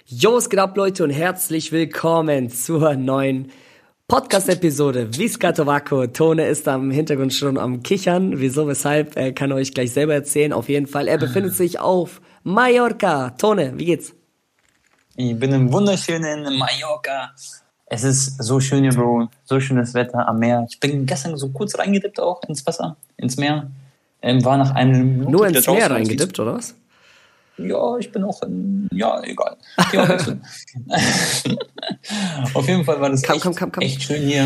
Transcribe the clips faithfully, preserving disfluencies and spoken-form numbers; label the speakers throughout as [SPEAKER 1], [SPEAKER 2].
[SPEAKER 1] Jo, was geht ab, Leute, und herzlich willkommen zur neuen Podcast-Episode. Visca Tobacco. Tone ist am Hintergrund schon am Kichern. Wieso, weshalb, er kann euch gleich selber erzählen. Auf jeden Fall, er befindet sich auf Mallorca. Tone, wie geht's?
[SPEAKER 2] Ich bin im wunderschönen Mallorca. Es ist so schön hier, Bro. So schönes Wetter am Meer. Ich bin gestern so kurz reingedippt auch ins Wasser, ins Meer. Ähm, war nach einem Minute
[SPEAKER 1] Nur ins Meer
[SPEAKER 2] draußen,
[SPEAKER 1] reingedippt, oder was?
[SPEAKER 2] Ja, ich bin auch in, ja, egal. Auf jeden Fall war das
[SPEAKER 1] komm,
[SPEAKER 2] echt,
[SPEAKER 1] komm, komm, komm.
[SPEAKER 2] echt schön hier.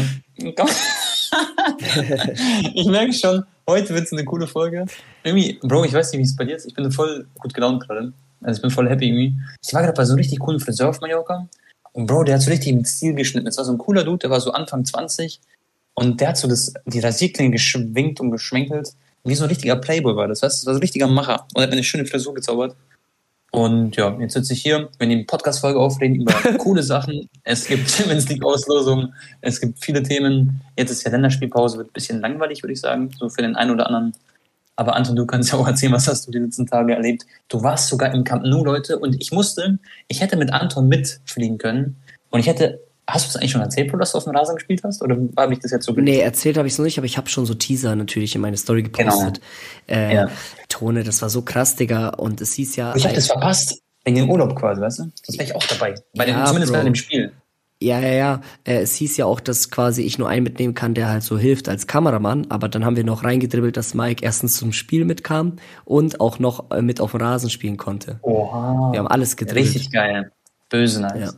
[SPEAKER 2] Ich merke schon, heute wird es eine coole Folge. Irgendwie, Bro, ich weiß nicht, wie es bei dir ist. Ich bin voll gut gelaunt gerade. Also ich bin voll happy irgendwie. Ich war gerade bei so einem richtig coolen Friseur auf Mallorca. Und Bro, der hat so richtig mit Stil geschnitten. Das war so ein cooler Dude, der war so Anfang zwanzig. Und der hat so das, die Rasierklinge geschwingt und geschwenkelt. Wie so ein richtiger Playboy war das, weißt du? Das war so ein richtiger Macher. Und er hat mir eine schöne Frisur gezaubert. Und ja, jetzt sitze ich hier, wir nehmen Podcast-Folge aufreden über coole Sachen. Es gibt Champions League-Auslosung, es gibt viele Themen. Jetzt ist ja Länderspielpause, wird ein bisschen langweilig, würde ich sagen, so für den einen oder anderen. Aber Anton, du kannst ja auch erzählen, was hast du die letzten Tage erlebt. Du warst sogar im Camp Nou, Leute, und ich musste, ich hätte mit Anton mitfliegen können. Und ich hätte, hast du es eigentlich schon erzählt, Bro, dass du auf dem Rasen gespielt hast? Oder habe ich das jetzt so gelesen?
[SPEAKER 1] Nee, erzählt habe ich es noch nicht, aber ich habe schon so Teaser natürlich in meine Story gepostet. Genau. Äh, ja. Tone, das war so krass, Digga. Und es hieß ja...
[SPEAKER 2] Ich habe das verpasst. Wegen dem Urlaub quasi, weißt du? Das wäre ich auch dabei. Bei
[SPEAKER 1] ja,
[SPEAKER 2] dem, zumindest
[SPEAKER 1] Bro.
[SPEAKER 2] bei dem Spiel.
[SPEAKER 1] Ja, ja, ja. Äh, es hieß ja auch, dass quasi ich nur einen mitnehmen kann, der halt so hilft als Kameramann. Aber dann haben wir noch reingedribbelt, dass Mike erstens zum Spiel mitkam und auch noch äh, mit auf dem Rasen spielen konnte.
[SPEAKER 2] Oha.
[SPEAKER 1] Wir haben alles gedribbelt.
[SPEAKER 2] Richtig geil. Böse nice.
[SPEAKER 1] Ja.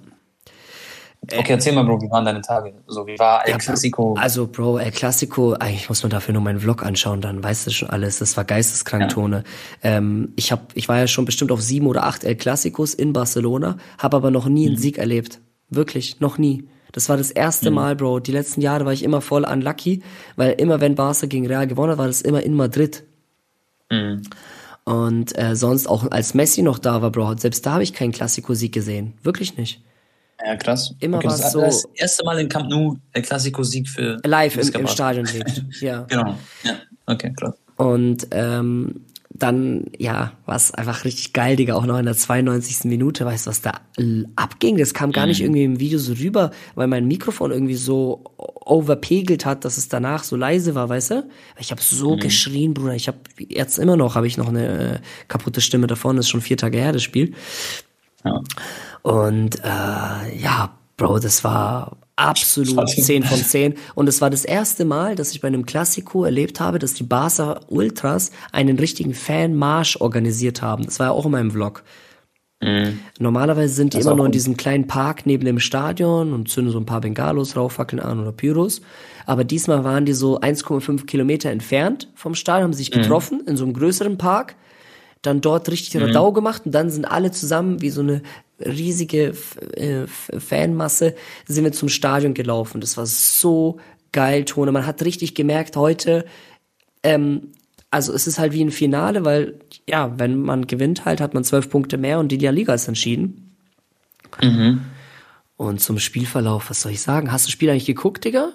[SPEAKER 2] Okay, erzähl mal, Bro, wie waren deine Tage? So, wie war El
[SPEAKER 1] ja,
[SPEAKER 2] Clasico?
[SPEAKER 1] Also, Bro, El Clasico, eigentlich muss man dafür nur meinen Vlog anschauen, dann weißt du schon alles. Das war geisteskrank, ja. Tone. Ähm, ich hab, ich war ja schon bestimmt auf sieben oder acht El Clasicos in Barcelona, habe aber noch nie einen mhm. Sieg erlebt. Wirklich, noch nie. Das war das erste mhm. Mal, Bro. Die letzten Jahre war ich immer voll unlucky, weil immer, wenn Barca gegen Real gewonnen hat, war das immer in Madrid.
[SPEAKER 2] Mhm.
[SPEAKER 1] Und äh, sonst auch, als Messi noch da war, Bro, selbst da habe ich keinen Clasico-Sieg gesehen. Wirklich nicht.
[SPEAKER 2] Ja, krass.
[SPEAKER 1] Immer
[SPEAKER 2] okay,
[SPEAKER 1] war
[SPEAKER 2] das
[SPEAKER 1] so.
[SPEAKER 2] Das erste Mal in Camp Nou, der Clasico-Sieg für.
[SPEAKER 1] Live im, im Stadion lebt. Ja.
[SPEAKER 2] Genau. Ja. Okay, krass.
[SPEAKER 1] Und ähm, dann, ja, war es einfach richtig geil, Digga, auch noch in der zweiundneunzigsten Minute, weißt du, was da abging? Das kam gar nicht irgendwie im Video so rüber, weil mein Mikrofon irgendwie so overpegelt hat, dass es danach so leise war, weißt du? Ich habe so mhm. geschrien, Bruder. Ich habe jetzt immer noch, habe ich noch eine äh, kaputte Stimme davon. Das ist schon vier Tage her, das Spiel.
[SPEAKER 2] Ja.
[SPEAKER 1] Und äh, ja, Bro, das war absolut zehn von zehn. Und es war das erste Mal, dass ich bei einem Clasico erlebt habe, dass die Barca Ultras einen richtigen Fanmarsch organisiert haben. Das war ja auch in meinem Vlog. Mhm. Normalerweise sind die das immer nur in diesem kleinen Park neben dem Stadion und zünden so ein paar Bengalos, Rauchfackeln an oder Pyros. Aber diesmal waren die so eins Komma fünf Kilometer entfernt vom Stadion, haben sich getroffen mhm. in so einem größeren Park, dann dort richtig mhm. Radau gemacht und dann sind alle zusammen wie so eine riesige äh, Fanmasse, sind wir zum Stadion gelaufen. Das war so geil, Tone. Man hat richtig gemerkt heute, ähm, also es ist halt wie ein Finale, weil, ja, wenn man gewinnt halt, hat man zwölf Punkte mehr und die Liga ist entschieden.
[SPEAKER 2] Mhm.
[SPEAKER 1] Und zum Spielverlauf, was soll ich sagen? Hast du das Spiel eigentlich geguckt, Digga?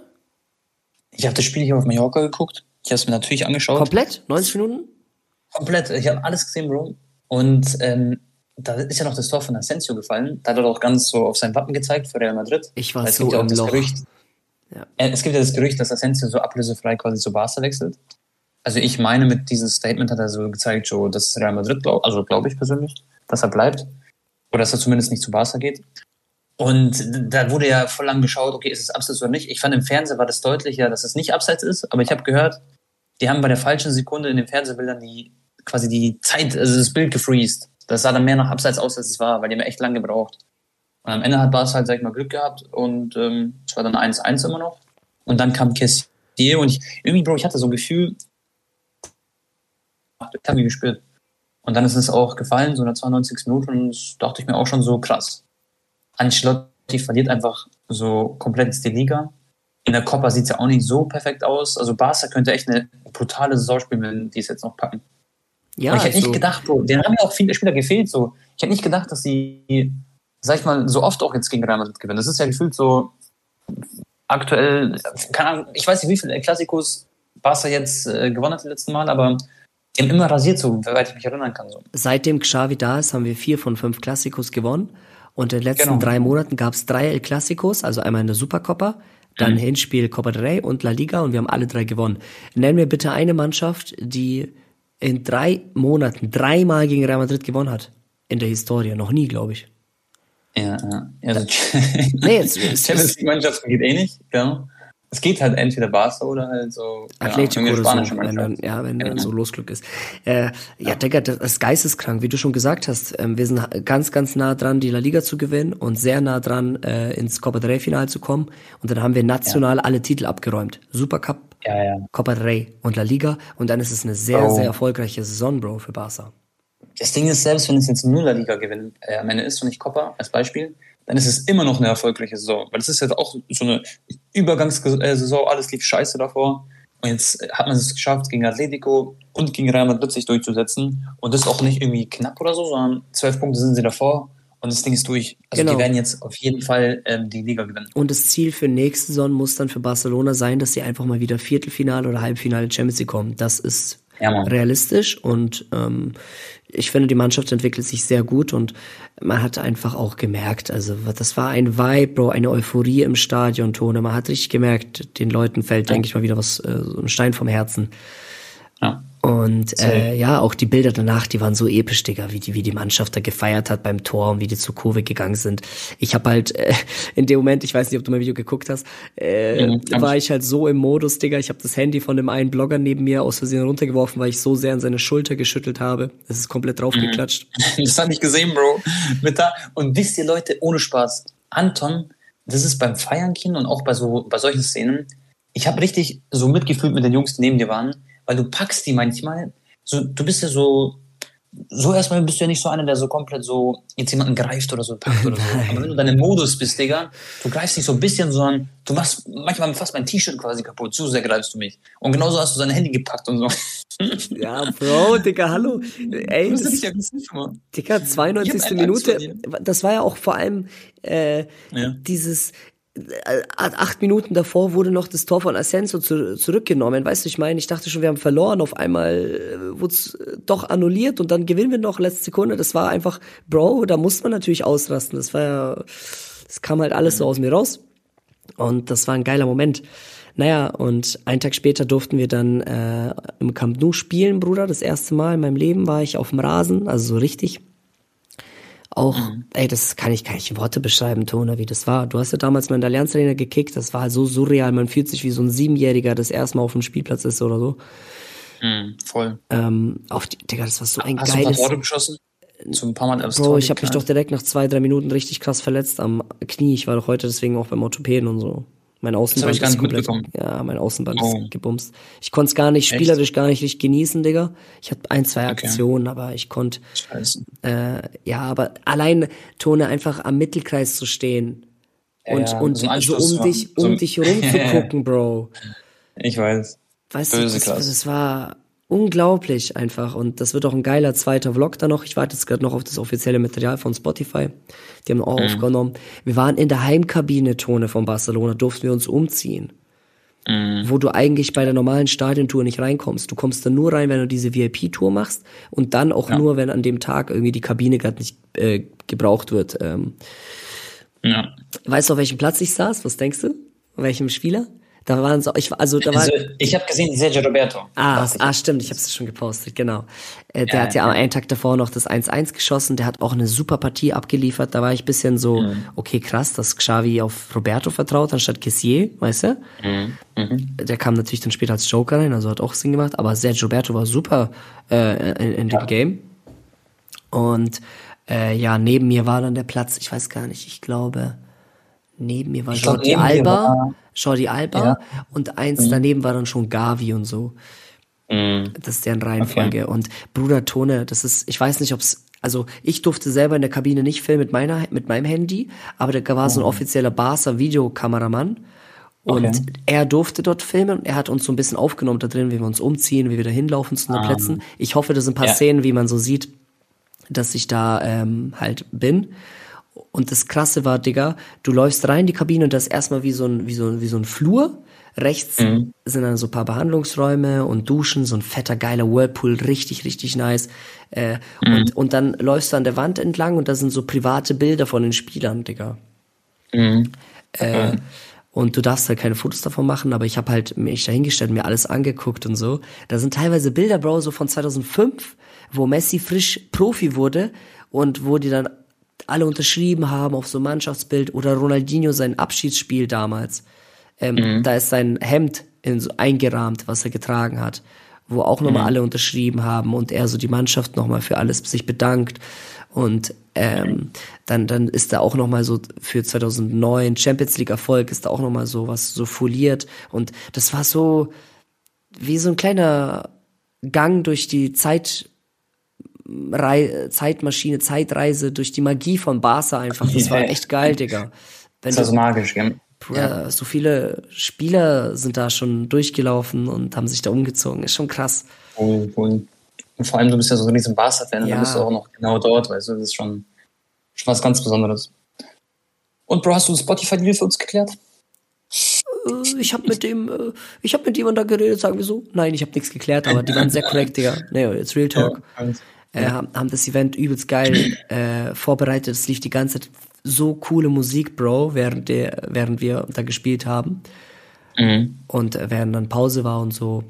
[SPEAKER 2] Ich habe das Spiel hier auf Mallorca geguckt. Ich habe es mir natürlich angeschaut.
[SPEAKER 1] Komplett? neunzig Minuten?
[SPEAKER 2] Komplett. Ich habe alles gesehen, Bro. Und ähm, da ist ja noch das Tor von Asensio gefallen. Da hat er doch ganz so auf sein Wappen gezeigt für Real Madrid.
[SPEAKER 1] Ich war
[SPEAKER 2] es
[SPEAKER 1] so
[SPEAKER 2] gibt ja auch
[SPEAKER 1] im
[SPEAKER 2] das
[SPEAKER 1] Loch.
[SPEAKER 2] Gerücht,
[SPEAKER 1] ja.
[SPEAKER 2] äh, Es gibt ja das Gerücht, dass Asensio so ablösefrei quasi zu Barca wechselt. Also ich meine, mit diesem Statement hat er so gezeigt, so, dass Real Madrid, glaub, also glaube ich persönlich, dass er bleibt. Oder dass er zumindest nicht zu Barca geht. Und da wurde ja voll lang geschaut, okay, ist es abseits oder nicht. Ich fand, im Fernsehen war das deutlicher, dass es nicht abseits ist. Aber ich habe gehört, die haben bei der falschen Sekunde in den Fernsehbildern die quasi die Zeit, also das Bild gefreezed. Das sah dann mehr nach Abseits aus, als es war, weil die haben echt lange gebraucht. Und am Ende hat Barca halt, sag ich mal, Glück gehabt und ähm, es war dann eins eins immer noch. Und dann kam Kessier und ich, irgendwie, Bro, ich hatte so ein Gefühl, ich habe mich gespürt. Und dann ist es auch gefallen, so in der zweiundneunzigsten Minute und das dachte ich mir auch schon so, krass. Ancelotti verliert einfach so komplett die Liga. In der Copa sieht es ja auch nicht so perfekt aus. Also Barca könnte echt eine brutale Saison spielen, wenn die es jetzt noch packen. Ja, ich hätte also nicht gedacht, Bro, denen haben ja auch viele Spieler gefehlt. So. Ich hätte nicht gedacht, dass sie, sag ich mal, so oft auch jetzt gegen Real Madrid gewinnen. Das ist ja gefühlt so aktuell, keine Ahnung, ich weiß nicht, wie viele Klassikos Barca jetzt äh, gewonnen hat das letzte Mal, aber die haben immer rasiert, so, soweit ich mich erinnern kann. So.
[SPEAKER 1] Seitdem Xavi da ist, haben wir vier von fünf Klassikos gewonnen. Und in den letzten
[SPEAKER 2] Genau.
[SPEAKER 1] drei Monaten gab es drei El Clásicos, also einmal in der Supercopa, dann
[SPEAKER 2] Mhm.
[SPEAKER 1] Hinspiel Copa del Rey und La Liga und wir haben alle drei gewonnen. Nenn mir bitte eine Mannschaft, die in drei Monaten dreimal gegen Real Madrid gewonnen hat. In der Historie. Noch nie, glaube ich.
[SPEAKER 2] Ja, ja. Also,
[SPEAKER 1] Nee, jetzt, es,
[SPEAKER 2] Champions
[SPEAKER 1] es,
[SPEAKER 2] League Mannschaften geht eh nicht, genau. Es geht halt entweder Barca oder halt so
[SPEAKER 1] Atletico
[SPEAKER 2] ja,
[SPEAKER 1] oder
[SPEAKER 2] spanische
[SPEAKER 1] so, wenn dann,
[SPEAKER 2] Mannschaft.
[SPEAKER 1] ja, wenn dann
[SPEAKER 2] Genau.
[SPEAKER 1] so Losglück ist. Äh, ja, Digga, das ist geisteskrank, wie du schon gesagt hast. Ähm, wir sind ganz, ganz nah dran, die La Liga zu gewinnen und sehr nah dran, äh, ins Copa del Rey Final zu kommen. Und dann haben wir national ja. alle Titel abgeräumt. Supercup,
[SPEAKER 2] ja, ja.
[SPEAKER 1] Copa del Rey und La Liga. Und dann ist es eine sehr,
[SPEAKER 2] oh.
[SPEAKER 1] sehr erfolgreiche Saison, Bro, für Barca.
[SPEAKER 2] Das Ding ist, selbst wenn es jetzt nur La Liga gewinnt, äh, am Ende ist und nicht Copa als Beispiel, dann ist es immer noch eine erfolgreiche Saison. Weil es ist jetzt auch so eine Übergangssaison, alles lief scheiße davor. Und jetzt hat man es geschafft, gegen Atletico und gegen Real Madrid sich durchzusetzen. Und das ist auch nicht irgendwie knapp oder so, sondern zwölf Punkte sind sie davor. Und das Ding ist durch. Also
[SPEAKER 1] Genau.
[SPEAKER 2] die werden jetzt auf jeden Fall ähm, die Liga gewinnen.
[SPEAKER 1] Und das Ziel für nächste Saison muss dann für Barcelona sein, dass sie einfach mal wieder Viertelfinale oder Halbfinale Champions League kommen. Das ist ja, realistisch und ähm, ich finde, die Mannschaft entwickelt sich sehr gut und man hat einfach auch gemerkt, also das war ein Vibe, Bro, eine Euphorie im Stadion, Tone. Man hat richtig gemerkt, den Leuten fällt, ja. denke ich mal, wieder was, äh, so ein Stein vom Herzen.
[SPEAKER 2] Ja.
[SPEAKER 1] Und äh, ja, auch die Bilder danach, die waren so episch, Digga, wie die, wie die Mannschaft da gefeiert hat beim Tor und wie die zur Kurve gegangen sind. Ich habe halt äh, in dem Moment, ich weiß nicht, ob du mein Video geguckt hast, äh, mhm, war ich halt so im Modus, Digga. Ich habe das Handy von dem einen Blogger neben mir aus Versehen runtergeworfen, weil ich so sehr an seine Schulter geschüttelt habe. Es ist komplett draufgeklatscht.
[SPEAKER 2] Mhm. Das habe ich gesehen, Bro. Mit da und wisst ihr, Leute, ohne Spaß, Anton, das ist beim Feiern Kind und auch bei so bei solchen Szenen, ich habe richtig so mitgefühlt mit den Jungs, die neben dir waren. Weil du packst die manchmal, so, du bist ja so, so erstmal bist du ja nicht so einer, der so komplett so jetzt jemanden greift oder so packt oder so. Aber wenn du dann im Modus bist, Digga, du greifst nicht so ein bisschen, sondern du machst manchmal fast mein T-Shirt quasi kaputt, so sehr greifst du mich. Und genauso hast du sein Handy gepackt und so.
[SPEAKER 1] Ja, Bro, Digga, hallo. Ey, das,
[SPEAKER 2] das aggressiv, Mann.
[SPEAKER 1] Digga, zweiundneunzigste Minute, das war ja auch vor allem äh, ja. dieses acht Minuten davor wurde noch das Tor von Asensio zu, zurückgenommen. Weißt du, ich meine, ich dachte schon, wir haben verloren. Auf einmal wurde es doch annulliert und dann gewinnen wir noch letzte Sekunde. Das war einfach, Bro, da muss man natürlich ausrasten. Das war ja, das kam halt alles so aus mir raus. Und das war ein geiler Moment. Naja, und einen Tag später durften wir dann äh, im Camp Nou spielen, Bruder. Das erste Mal in meinem Leben war ich auf dem Rasen, also so richtig. Auch, mhm. ey, das kann ich gar nicht in Worte beschreiben, Tone, wie das war. Du hast ja damals mal in der Allianz Arena gekickt, das war halt so surreal, man fühlt sich wie so ein Siebenjähriger, das erste Mal auf dem Spielplatz ist oder so.
[SPEAKER 2] Mhm, voll.
[SPEAKER 1] Ähm, auf die, Digga, das war so ein
[SPEAKER 2] hast
[SPEAKER 1] geiles...
[SPEAKER 2] Hast du ein paar Tore geschossen? So ein paar Mal aufs
[SPEAKER 1] Bro,
[SPEAKER 2] Tor
[SPEAKER 1] ich habe mich doch direkt nach zwei, drei Minuten richtig krass verletzt am Knie. Ich war doch heute deswegen auch beim Orthopäden und so. Mein Außenband
[SPEAKER 2] ist komplett,
[SPEAKER 1] ja, mein Außenband
[SPEAKER 2] oh.
[SPEAKER 1] ist gebumst. Ich konnte es gar nicht spielerisch Echt? gar nicht richtig genießen, Digga. Ich hatte ein, zwei
[SPEAKER 2] okay.
[SPEAKER 1] Aktionen, aber ich konnte äh, ja, aber allein Tone einfach am Mittelkreis zu stehen
[SPEAKER 2] ja,
[SPEAKER 1] und
[SPEAKER 2] ja,
[SPEAKER 1] und
[SPEAKER 2] so,
[SPEAKER 1] so um dich um so dich rumzugucken, Bro.
[SPEAKER 2] Ich weiß.
[SPEAKER 1] Weißt Böse du, das, das war unglaublich einfach und das wird auch ein geiler zweiter Vlog da noch. Ich warte jetzt gerade noch auf das offizielle Material von Spotify. Die haben auch mhm. aufgenommen. Wir waren in der Heimkabine, Tone, von Barcelona, durften wir uns umziehen. Mhm. Wo du eigentlich bei der normalen Stadiontour nicht reinkommst. Du kommst dann nur rein, wenn du diese V I P-Tour machst und dann auch ja. nur, wenn an dem Tag irgendwie die Kabine gerade nicht äh, gebraucht wird. Ähm,
[SPEAKER 2] ja.
[SPEAKER 1] Weißt du, auf welchem Platz ich saß? Was denkst du? Auf welchem Spieler? Da waren so, ich also da war.
[SPEAKER 2] Also, ich habe gesehen Sergio Roberto.
[SPEAKER 1] Ah, ah, stimmt, ich habe es schon gepostet, genau. Äh, der ja, hat ja, ja einen Tag davor noch das eins eins geschossen, der hat auch eine super Partie abgeliefert. Da war ich ein bisschen so, mhm. okay, krass, dass Xavi auf Roberto vertraut anstatt Kessié, weißt du?
[SPEAKER 2] Mhm. Mhm.
[SPEAKER 1] Der kam natürlich dann später als Joker rein, also hat auch Sinn gemacht, aber Sergio Roberto war super äh, in, in ja. dem Game. Und äh, ja, neben mir war dann der Platz, ich weiß gar nicht, ich glaube, neben mir war ich Jordi glaub, Alba. War Jordi Alba ja. und eins mhm. daneben war dann schon Gavi und so. Mhm. Das ist deren Reihenfolge. Okay. Und Bruder Tone, das ist, ich weiß nicht, ob's, also ich durfte selber in der Kabine nicht filmen mit meiner, mit meinem Handy, aber da war so ein offizieller Barca-Videokameramann und okay. er durfte dort filmen und er hat uns so ein bisschen aufgenommen da drin, wie wir uns umziehen, wie wir da hinlaufen zu den um. Plätzen. Ich hoffe, das sind ein paar ja. Szenen, wie man so sieht, dass ich da ähm, halt bin. Und das Krasse war, Digga, du läufst rein in die Kabine und das ist erstmal wie so ein, wie so, wie so ein Flur, Rechts
[SPEAKER 2] Mhm.
[SPEAKER 1] sind dann so ein paar Behandlungsräume und Duschen, so ein fetter, geiler Whirlpool, richtig, richtig nice. Äh,
[SPEAKER 2] Mhm.
[SPEAKER 1] und, und dann läufst du an der Wand entlang und da sind so private Bilder von den Spielern, Digga.
[SPEAKER 2] Mhm.
[SPEAKER 1] Äh, und du darfst halt keine Fotos davon machen, aber ich habe halt mich dahingestellt, mir alles angeguckt und so. Da sind teilweise Bilder, Bro, so von zweitausendfünf, wo Messi frisch Profi wurde und wo die dann alle unterschrieben haben auf so ein Mannschaftsbild oder Ronaldinho sein Abschiedsspiel damals. Ähm,
[SPEAKER 2] Mhm.
[SPEAKER 1] Da ist sein Hemd in so eingerahmt, was er getragen hat, wo auch nochmal
[SPEAKER 2] Mhm.
[SPEAKER 1] alle unterschrieben haben und er so die Mannschaft nochmal für alles sich bedankt. Und ähm, dann, dann ist da auch nochmal so für zweitausendneun Champions League Erfolg ist da auch nochmal so was so foliert. Und das war so wie so ein kleiner Gang durch die Zeit, Rei Zeitmaschine, Zeitreise, durch die Magie von Barca einfach. Das war
[SPEAKER 2] Ja.
[SPEAKER 1] echt geil, Digga. Wenn
[SPEAKER 2] Das war so
[SPEAKER 1] du,
[SPEAKER 2] magisch, gell?
[SPEAKER 1] Bruder, so viele Spieler sind da schon durchgelaufen und haben sich da umgezogen. Ist schon krass.
[SPEAKER 2] Cool, cool. Und vor allem, du bist ja so ein riesen Barca-Fan,
[SPEAKER 1] Ja.
[SPEAKER 2] dann bist du auch noch genau dort, weißt du, das ist schon, schon was ganz Besonderes. Und Bro, hast du Spotify-Deal für uns geklärt?
[SPEAKER 1] Äh, Ich habe mit dem, äh, ich habe mit jemandem da geredet, sagen wir so. Nein, ich habe nichts geklärt, aber die waren sehr korrekt, Digga. Nee, jetzt Real Talk. Äh, haben, haben das Event übelst geil äh, vorbereitet. Es lief die ganze Zeit so coole Musik, Bro, während der, während wir da gespielt haben.
[SPEAKER 2] Mhm.
[SPEAKER 1] Und äh, während dann Pause war und so.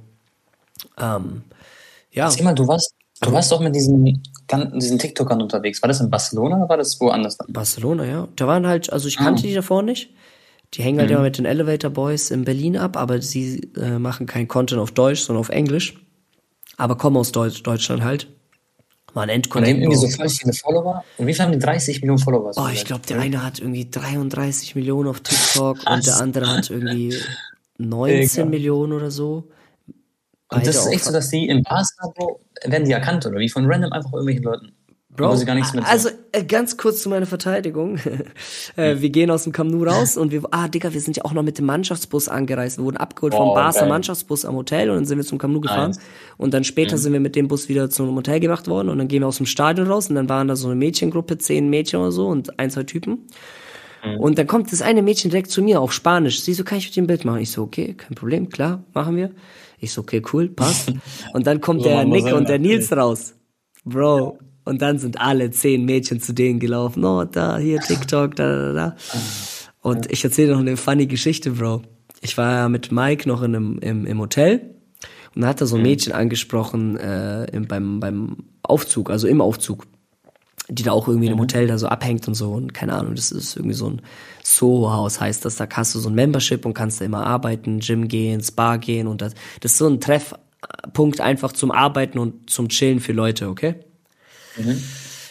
[SPEAKER 1] Ähm, ja.
[SPEAKER 2] Erzähl mal, du warst, du warst doch mit diesen, gan- diesen TikTokern unterwegs. War das in Barcelona oder war das woanders dann?
[SPEAKER 1] Barcelona, ja. Da waren halt, also ich kannte
[SPEAKER 2] Ah.
[SPEAKER 1] die davor nicht. Die hängen halt
[SPEAKER 2] Mhm.
[SPEAKER 1] immer mit den Elevator Boys in Berlin ab, aber sie äh, machen kein Content auf Deutsch, sondern auf Englisch. Aber kommen aus Deutsch, Deutschland halt. War ein
[SPEAKER 2] Und die haben
[SPEAKER 1] Endconnect.
[SPEAKER 2] irgendwie so
[SPEAKER 1] Bro.
[SPEAKER 2] voll viele Follower. Und wie viel haben die? dreißig Millionen Follower?
[SPEAKER 1] Oh, ich glaube, der eine hat irgendwie dreiunddreißig Millionen auf TikTok
[SPEAKER 2] Krass.
[SPEAKER 1] und der andere hat irgendwie neunzehn
[SPEAKER 2] Digga.
[SPEAKER 1] Millionen oder so.
[SPEAKER 2] Und das ist
[SPEAKER 1] Beide
[SPEAKER 2] echt
[SPEAKER 1] auf-
[SPEAKER 2] so, dass die in Barca, Bro, werden die erkannt oder wie? Von random einfach irgendwelchen Leuten.
[SPEAKER 1] Bro,
[SPEAKER 2] Wo sie gar nichts mit
[SPEAKER 1] also äh, ganz kurz zu meiner Verteidigung. äh, wir gehen aus dem Camp Nou raus und wir, ah Digga, wir sind ja auch noch mit dem Mannschaftsbus angereist. Wir wurden abgeholt vom
[SPEAKER 2] Oh,
[SPEAKER 1] Barca
[SPEAKER 2] geil.
[SPEAKER 1] Mannschaftsbus am Hotel und dann sind wir zum Camp Nou gefahren.
[SPEAKER 2] Nice.
[SPEAKER 1] Und dann später
[SPEAKER 2] Mhm.
[SPEAKER 1] sind wir mit dem Bus wieder zum Hotel gebracht worden und dann gehen wir aus dem Stadion raus und dann waren da so eine Mädchengruppe, zehn Mädchen oder so und ein, zwei Typen.
[SPEAKER 2] Mhm.
[SPEAKER 1] Und dann kommt das eine Mädchen direkt zu mir auf Spanisch. Sie so, kann ich mit dem Bild machen? Ich so, okay, kein Problem, klar, machen wir. Ich so, okay, cool, passt. Und dann kommt
[SPEAKER 2] So
[SPEAKER 1] der
[SPEAKER 2] machen wir
[SPEAKER 1] Nick
[SPEAKER 2] Sinn,
[SPEAKER 1] und der
[SPEAKER 2] natürlich.
[SPEAKER 1] Nils raus. Bro. Und dann sind alle zehn Mädchen zu denen gelaufen. Oh, da, hier, TikTok, da, da, da. Und ich erzähle noch eine funny Geschichte, Bro. Ich war ja mit Mike noch in einem, im, im Hotel und da hat er so ein Mädchen angesprochen äh, im, beim, beim Aufzug, also im Aufzug, die da auch irgendwie in einem Hotel da so abhängt und so und keine Ahnung, das ist irgendwie so ein Soho-Haus, heißt das, da hast du so ein Membership und kannst da immer arbeiten, Gym gehen, Spa gehen und das, das ist so ein Treffpunkt einfach zum Arbeiten und zum Chillen für Leute, okay?
[SPEAKER 2] Mhm.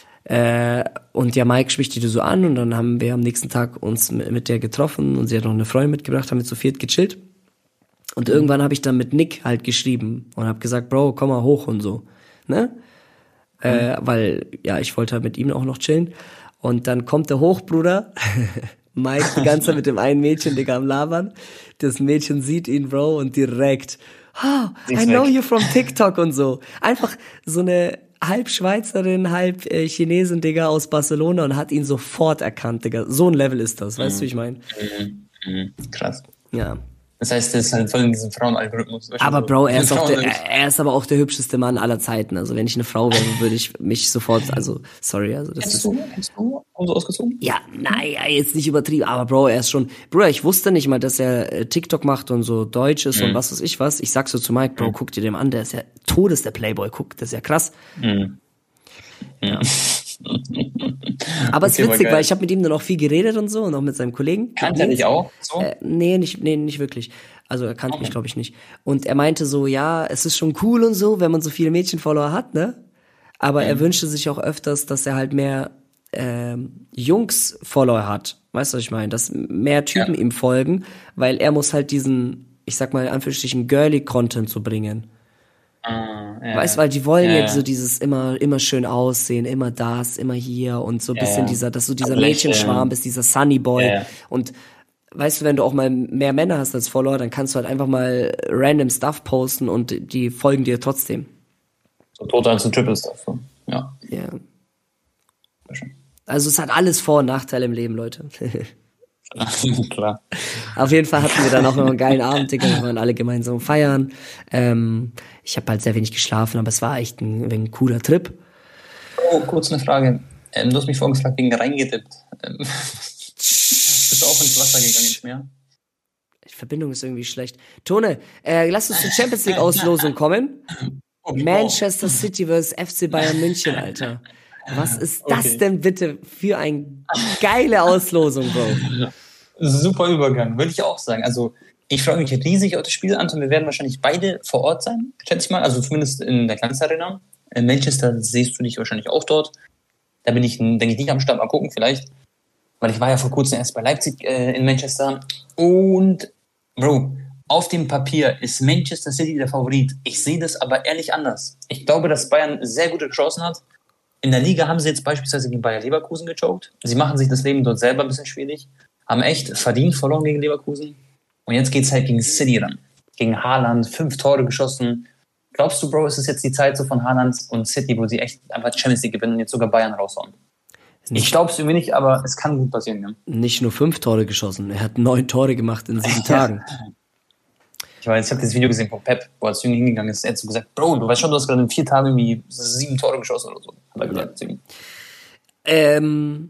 [SPEAKER 1] Äh, und ja, Mike spricht die so an und dann haben wir am nächsten Tag uns mit, mit der getroffen und sie hat noch eine Freundin mitgebracht, haben wir zu viert gechillt. Und
[SPEAKER 2] Mhm.
[SPEAKER 1] irgendwann habe ich dann mit Nick halt geschrieben und habe gesagt, Bro, komm mal hoch und so, ne?
[SPEAKER 2] Mhm.
[SPEAKER 1] Äh, weil, ja, ich wollte halt mit ihm auch noch chillen. Und dann kommt der hoch, Bruder. Mike die ganze Zeit mit dem einen Mädchen, Digga, am Labern. Das Mädchen sieht ihn, Bro, und direkt, oh,
[SPEAKER 2] Sie
[SPEAKER 1] I
[SPEAKER 2] ist
[SPEAKER 1] know
[SPEAKER 2] weg.
[SPEAKER 1] you from TikTok und so. Einfach so eine halb Schweizerin, halb äh, Chinesin, Digga, aus Barcelona und hat ihn sofort erkannt, Digga. So ein Level ist das, weißt du, wie ich meine?
[SPEAKER 2] Mhm. Mhm. Krass.
[SPEAKER 1] Ja.
[SPEAKER 2] Das heißt, das ist halt voll in diesem Frauenalgorithmus. Weißt du,
[SPEAKER 1] Aber
[SPEAKER 2] so.
[SPEAKER 1] Bro, er ist, auch der,
[SPEAKER 2] Frauenalgorithmus.
[SPEAKER 1] er ist aber auch der hübscheste Mann aller Zeiten. Also wenn ich eine Frau wäre, würde ich mich sofort, also sorry, also das
[SPEAKER 2] Kennst
[SPEAKER 1] ist...
[SPEAKER 2] du? Kennst du? Haben sie ausgezogen?
[SPEAKER 1] Ja, naja, jetzt nicht übertrieben, aber Bro, er ist schon, Bro, ich wusste nicht mal, dass er äh, TikTok macht und so Deutsch ist
[SPEAKER 2] Mhm.
[SPEAKER 1] und was weiß ich was. Ich sag so zu Mike, Bro, guck dir den an, der ist ja Todes der Playboy, guck, das ist ja krass.
[SPEAKER 2] Mhm.
[SPEAKER 1] Ja. Aber es
[SPEAKER 2] Okay,
[SPEAKER 1] ist
[SPEAKER 2] aber
[SPEAKER 1] witzig,
[SPEAKER 2] geil.
[SPEAKER 1] weil ich habe mit ihm dann auch viel geredet und so und auch mit seinem Kollegen.
[SPEAKER 2] Kannte er
[SPEAKER 1] Nils.
[SPEAKER 2] dich auch? So?
[SPEAKER 1] Äh, nee, nicht, nee, nicht wirklich. Also er kannte
[SPEAKER 2] Okay.
[SPEAKER 1] mich, glaube ich, nicht. Und er meinte so, ja, es ist schon cool und so, wenn man so viele Mädchenfollower hat, ne? Aber er wünschte sich auch öfters, dass er halt mehr ähm, Jungs-Follower hat. Weißt du, was ich meine? Dass mehr Typen
[SPEAKER 2] Ja.
[SPEAKER 1] ihm folgen, weil er muss halt diesen, ich sag mal in Anführungsstrichen, girly-Content so bringen.
[SPEAKER 2] Ah, ja,
[SPEAKER 1] Weißt du, weil die wollen
[SPEAKER 2] ja,
[SPEAKER 1] ja
[SPEAKER 2] ja.
[SPEAKER 1] so dieses immer, immer schön aussehen, immer das, immer hier und so ein
[SPEAKER 2] Ja,
[SPEAKER 1] bisschen
[SPEAKER 2] ja.
[SPEAKER 1] dieser, dass du dieser
[SPEAKER 2] Aber
[SPEAKER 1] Mädchenschwarm
[SPEAKER 2] lächeln.
[SPEAKER 1] bist, dieser Sunny Boy.
[SPEAKER 2] Ja, ja.
[SPEAKER 1] Und weißt du, wenn du auch mal mehr Männer hast als Follower, dann kannst du halt einfach mal random Stuff posten und die folgen dir trotzdem.
[SPEAKER 2] So total zu Triple Stuff. So. Ja,
[SPEAKER 1] Ja.
[SPEAKER 2] sehr schön.
[SPEAKER 1] Also es hat alles Vor- und Nachteile im Leben, Leute.
[SPEAKER 2] Klar.
[SPEAKER 1] Auf jeden Fall hatten wir dann auch noch einen geilen Abend, Digga. Wir waren alle gemeinsam feiern. Ähm, ich habe halt sehr wenig geschlafen, aber es war echt ein, ein cooler Trip.
[SPEAKER 2] Oh, kurz eine Frage. Ähm, du hast mich vorhin gefragt, wegen reingedippt. Ähm, bist du auch ins Wasser gegangen, ins Meer?
[SPEAKER 1] Die Verbindung ist irgendwie schlecht. Tone, äh, lass uns zur Champions League Auslosung kommen. Oh, Manchester wow. City versus F C Bayern München, Alter. Was ist das okay. denn bitte für eine geile Auslosung, Bro?
[SPEAKER 2] Super Übergang, würde ich auch sagen. Also ich freue mich riesig auf das Spiel, Anton. Wir werden wahrscheinlich beide vor Ort sein, schätze ich mal. Also zumindest in der Glanzarena. In Manchester siehst du dich wahrscheinlich auch dort. Da bin ich, denke ich, nicht am Start. Mal gucken vielleicht. Weil ich war ja vor kurzem erst bei Leipzig äh, in Manchester. Und Bro, auf dem Papier ist Manchester City der Favorit. Ich sehe das aber ehrlich anders. Ich glaube, dass Bayern sehr gute Chancen hat. In der Liga haben sie jetzt beispielsweise gegen Bayer Leverkusen gechoked. Sie machen sich das Leben dort selber ein bisschen schwierig. Haben echt verdient verloren gegen Leverkusen. Und jetzt geht es halt gegen City ran. Gegen Haaland, fünf Tore geschossen. Glaubst du, Bro, ist es jetzt die Zeit so von Haaland und City, wo sie echt einfach Champions League gewinnen und jetzt sogar Bayern raushauen? Nicht, ich glaube es irgendwie nicht, aber es kann gut passieren. Ja.
[SPEAKER 1] Nicht nur fünf Tore geschossen, er hat neun Tore gemacht in sieben Tagen.
[SPEAKER 2] Ich weiß, ich habe das Video gesehen von Pep, wo er zu ihm hingegangen ist. Er hat so gesagt, Bro, du weißt schon, du hast gerade in vier Tagen irgendwie sieben Tore geschossen oder so. Hat er gesagt, ja.
[SPEAKER 1] ähm,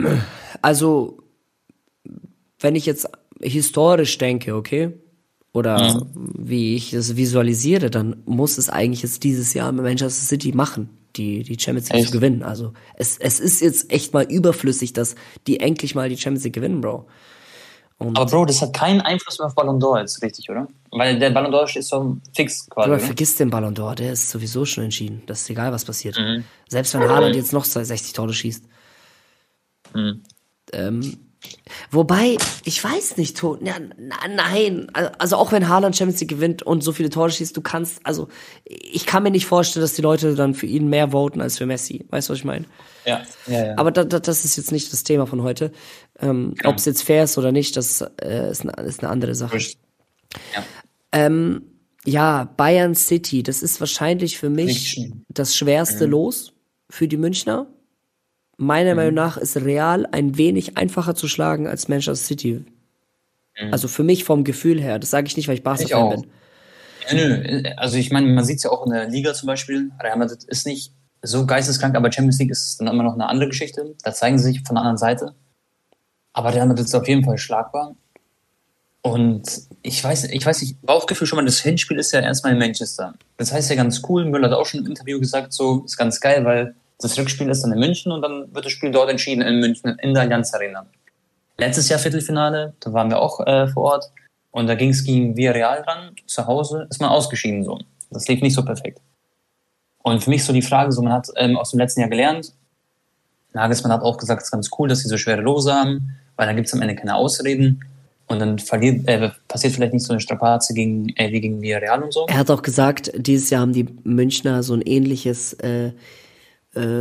[SPEAKER 1] also, wenn ich jetzt historisch denke, okay, oder mhm. wie ich das visualisiere, dann muss es eigentlich jetzt dieses Jahr mit Manchester City machen, die, die Champions League echt? zu gewinnen. Also es, es ist jetzt echt mal überflüssig, dass die endlich mal die Champions League gewinnen, Bro. Und
[SPEAKER 2] aber Bro, das hat keinen Einfluss mehr auf Ballon d'Or jetzt, richtig, oder? Weil der Ballon d'Or ist so fix quasi.
[SPEAKER 1] Bro, vergiss den Ballon d'Or, der ist sowieso schon entschieden. Das ist egal, was passiert. Mhm. Selbst wenn Haaland jetzt noch sechzig Tore schießt. Mhm. Ähm, wobei, ich weiß nicht, to- ja, nein, also auch wenn Haaland Champions League gewinnt und so viele Tore schießt, du kannst, also ich kann mir nicht vorstellen, dass die Leute dann für ihn mehr voten als für Messi. Weißt du, was ich meine?
[SPEAKER 2] Ja, ja, ja.
[SPEAKER 1] Aber da, da, das ist jetzt nicht das Thema von heute. Ähm, ja. Ob es jetzt fair ist oder nicht, das äh, ist, eine, ist eine andere Sache. Ja. Ähm, ja, Bayern City, das ist wahrscheinlich für mich das schwerste mhm. Los für die Münchner. Meiner mhm. Meinung nach ist Real ein wenig einfacher zu schlagen als Manchester City. Mhm. Also für mich vom Gefühl her. Das sage ich nicht, weil ich Barca-Fan bin.
[SPEAKER 2] Ja, nö, also ich meine, man sieht es ja auch in der Liga zum Beispiel. Real Madrid ist nicht so geisteskrank, aber Champions League ist dann immer noch eine andere Geschichte. Da zeigen sie sich von der anderen Seite. Aber Real Madrid ist auf jeden Fall schlagbar. Und ich weiß, ich weiß nicht, Bauchgefühl schon mal, das Hinspiel ist ja erstmal in Manchester. Das heißt ja ganz cool, Müller hat auch schon im Interview gesagt, so ist ganz geil, weil das Rückspiel ist dann in München und dann wird das Spiel dort entschieden in München, in der Allianz Arena. Letztes Jahr Viertelfinale, da waren wir auch äh, vor Ort und da ging es gegen Villarreal ran, zu Hause, ist man ausgeschieden so. Das lief nicht so perfekt. Und für mich so die Frage, so man hat ähm, aus dem letzten Jahr gelernt, Nagelsmann hat auch gesagt, es ist ganz cool, dass sie so schwere Lose haben, weil dann gibt es am Ende keine Ausreden und dann verliert, äh, passiert vielleicht nicht so eine Strapaze gegen, äh, wie gegen Villarreal und so.
[SPEAKER 1] Er hat auch gesagt, dieses Jahr haben die Münchner so ein ähnliches äh, äh,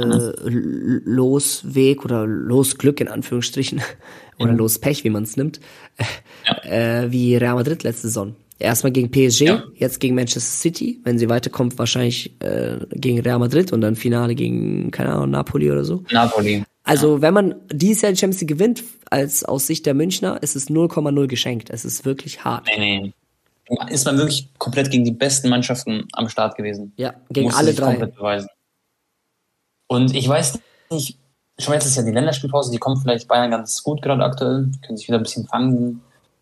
[SPEAKER 1] Losweg oder Losglück in Anführungsstrichen oder mhm. Lospech, wie man es nimmt, ja. äh, wie Real Madrid letzte Saison. Erstmal gegen P S G, ja. jetzt gegen Manchester City, wenn sie weiterkommt, wahrscheinlich äh, gegen Real Madrid und dann Finale gegen, keine Ahnung, Napoli oder so.
[SPEAKER 2] Napoli.
[SPEAKER 1] Also ja. wenn man dieses Jahr die Champions League gewinnt, als aus Sicht der Münchner, ist es null Komma null geschenkt. Es ist wirklich hart.
[SPEAKER 2] Nee, nee. Ist man wirklich komplett gegen die besten Mannschaften am Start gewesen.
[SPEAKER 1] Ja, gegen alle drei.
[SPEAKER 2] Komplett beweisen. Und ich weiß nicht, schon jetzt ist ja die Länderspielpause, die kommt vielleicht Bayern ganz gut gerade aktuell, können sich wieder ein bisschen fangen.